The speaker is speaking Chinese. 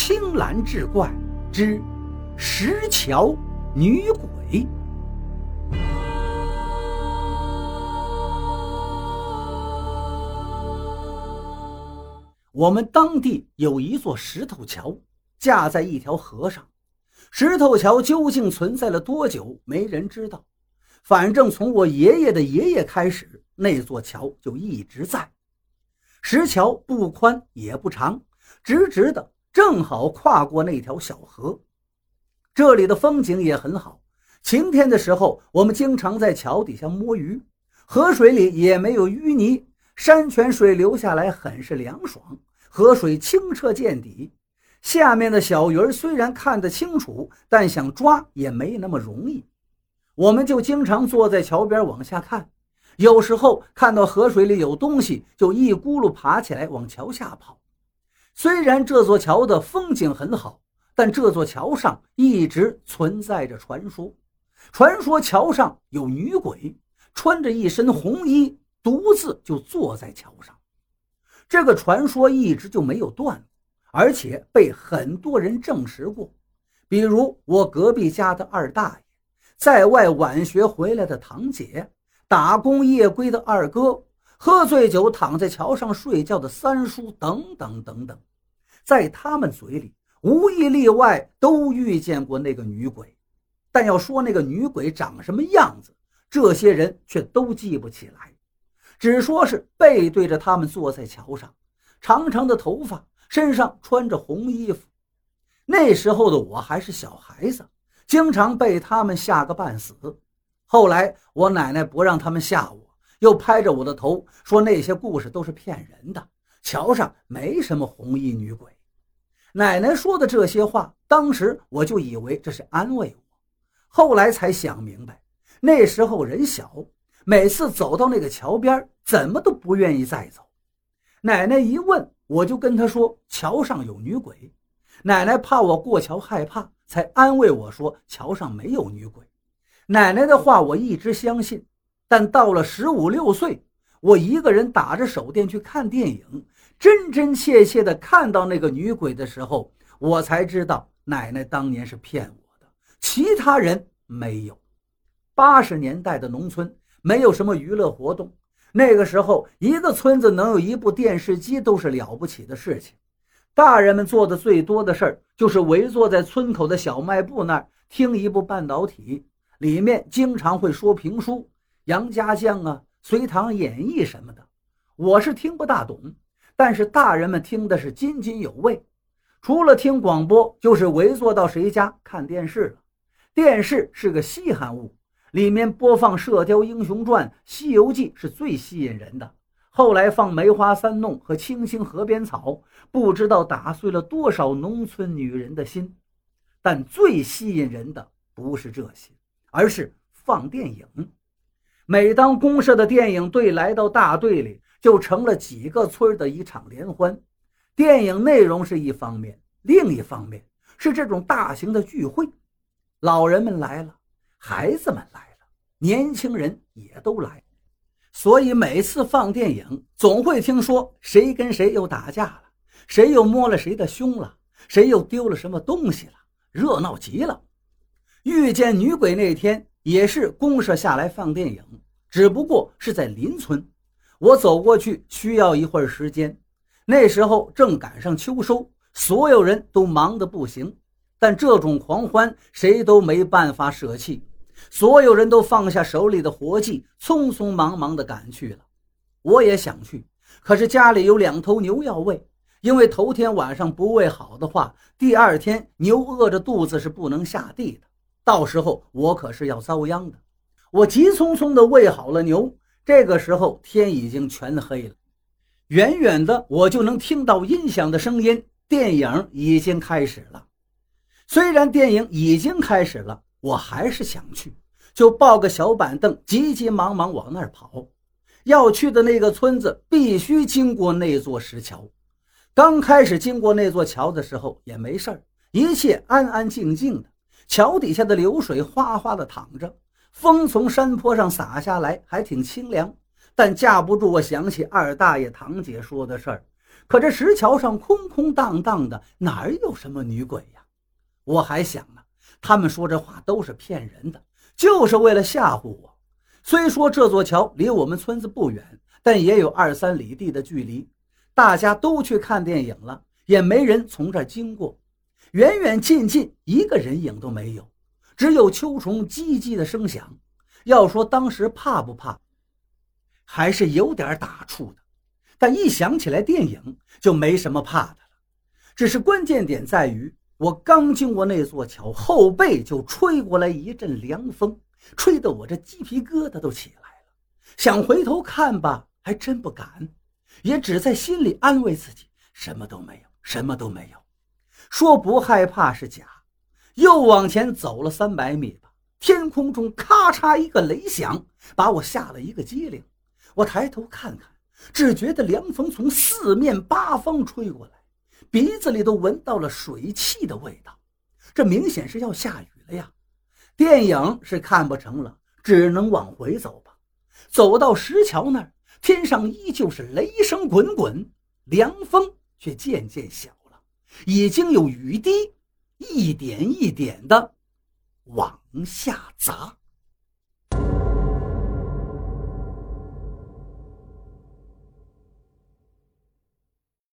青蓝志怪之石桥女鬼。我们当地有一座石头桥，架在一条河上。石头桥究竟存在了多久，没人知道。反正从我爷爷的爷爷开始，那座桥就一直在。石桥不宽也不长，直直的，正好跨过那条小河。这里的风景也很好，晴天的时候，我们经常在桥底下摸鱼，河水里也没有淤泥，山泉水流下来很是凉爽，河水清澈见底。下面的小鱼儿虽然看得清楚，但想抓也没那么容易。我们就经常坐在桥边往下看，有时候看到河水里有东西，就一咕噜爬起来往桥下跑。虽然这座桥的风景很好，但这座桥上一直存在着传说。传说桥上有女鬼，穿着一身红衣，独自就坐在桥上。这个传说一直就没有断过，而且被很多人证实过。比如我隔壁家的二大爷，在外晚学回来的堂姐，打工夜归的二哥，喝醉酒躺在桥上睡觉的三叔，等等等等。在他们嘴里，无一例外都遇见过那个女鬼。但要说那个女鬼长什么样子，这些人却都记不起来，只说是背对着他们坐在桥上，长长的头发，身上穿着红衣服。那时候的我还是小孩子，经常被他们吓个半死。后来我奶奶不让他们吓我，又拍着我的头说那些故事都是骗人的，桥上没什么红衣女鬼。奶奶说的这些话，当时我就以为这是安慰我，后来才想明白，那时候人小，每次走到那个桥边怎么都不愿意再走。奶奶一问，我就跟她说桥上有女鬼。奶奶怕我过桥害怕，才安慰我说桥上没有女鬼。奶奶的话我一直相信，但到了15、16岁，我一个人打着手电去看电影，真真切切的看到那个女鬼的时候，我才知道奶奶当年是骗我的，其他人没有。80年代的农村没有什么娱乐活动，那个时候一个村子能有一部电视机都是了不起的事情。大人们做的最多的事儿就是围坐在村口的小卖部那儿听一部半导体，里面经常会说评书，杨家将啊、隋唐演义什么的。我是听不大懂，但是大人们听的是津津有味。除了听广播，就是围坐到谁家看电视了。电视是个稀罕物，里面播放《射雕英雄传》《西游记》是最吸引人的。后来放《梅花三弄》和《青青河边草》，不知道打碎了多少农村女人的心。但最吸引人的不是这些，而是放电影。每当公社的电影队来到大队里，就成了几个村的一场联欢。电影内容是一方面，另一方面是这种大型的聚会。老人们来了，孩子们来了，年轻人也都来了。所以每次放电影，总会听说谁跟谁又打架了，谁又摸了谁的胸了，谁又丢了什么东西了，热闹极了。遇见女鬼那天也是公社下来放电影，只不过是在邻村。我走过去需要一会儿时间，那时候正赶上秋收，所有人都忙得不行，但这种狂欢谁都没办法舍弃。所有人都放下手里的活计，匆匆忙忙地赶去了。我也想去，可是家里有2头牛要喂，因为头天晚上不喂好的话，第二天牛饿着肚子是不能下地的，到时候我可是要遭殃的。我急匆匆地喂好了牛，这个时候天已经全黑了，远远的我就能听到音响的声音，电影已经开始了。虽然电影已经开始了，我还是想去，就抱个小板凳，急急忙忙往那儿跑。要去的那个村子必须经过那座石桥。刚开始经过那座桥的时候也没事儿，一切安安静静的，桥底下的流水哗哗的淌着，风从山坡上洒下来，还挺清凉。但架不住我想起二大爷堂姐说的事儿， 可这石桥上空空荡荡的，哪儿有什么女鬼呀？我还想呢，他们说这话都是骗人的，就是为了吓唬我。虽说这座桥离我们村子不远，但也有2-3里地的距离，大家都去看电影了，也没人从这儿经过。远远近近一个人影都没有，只有秋虫唧唧的声响。要说当时怕不怕，还是有点打怵的，但一想起来电影就没什么怕的了。只是关键点在于，我刚经过那座桥，后背就吹过来一阵凉风，吹得我这鸡皮疙瘩都起来了。想回头看吧，还真不敢，也只在心里安慰自己，什么都没有，什么都没有。说不害怕是假。又往前走了300米吧，天空中咔嚓一个雷响，把我吓了一个激灵。我抬头看看，只觉得凉风从4面8方吹过来，鼻子里都闻到了水汽的味道。这明显是要下雨了呀。电影是看不成了，只能往回走吧。走到石桥那儿，天上依旧是雷声滚滚，凉风却渐渐小了，已经有雨滴一点一点的往下砸。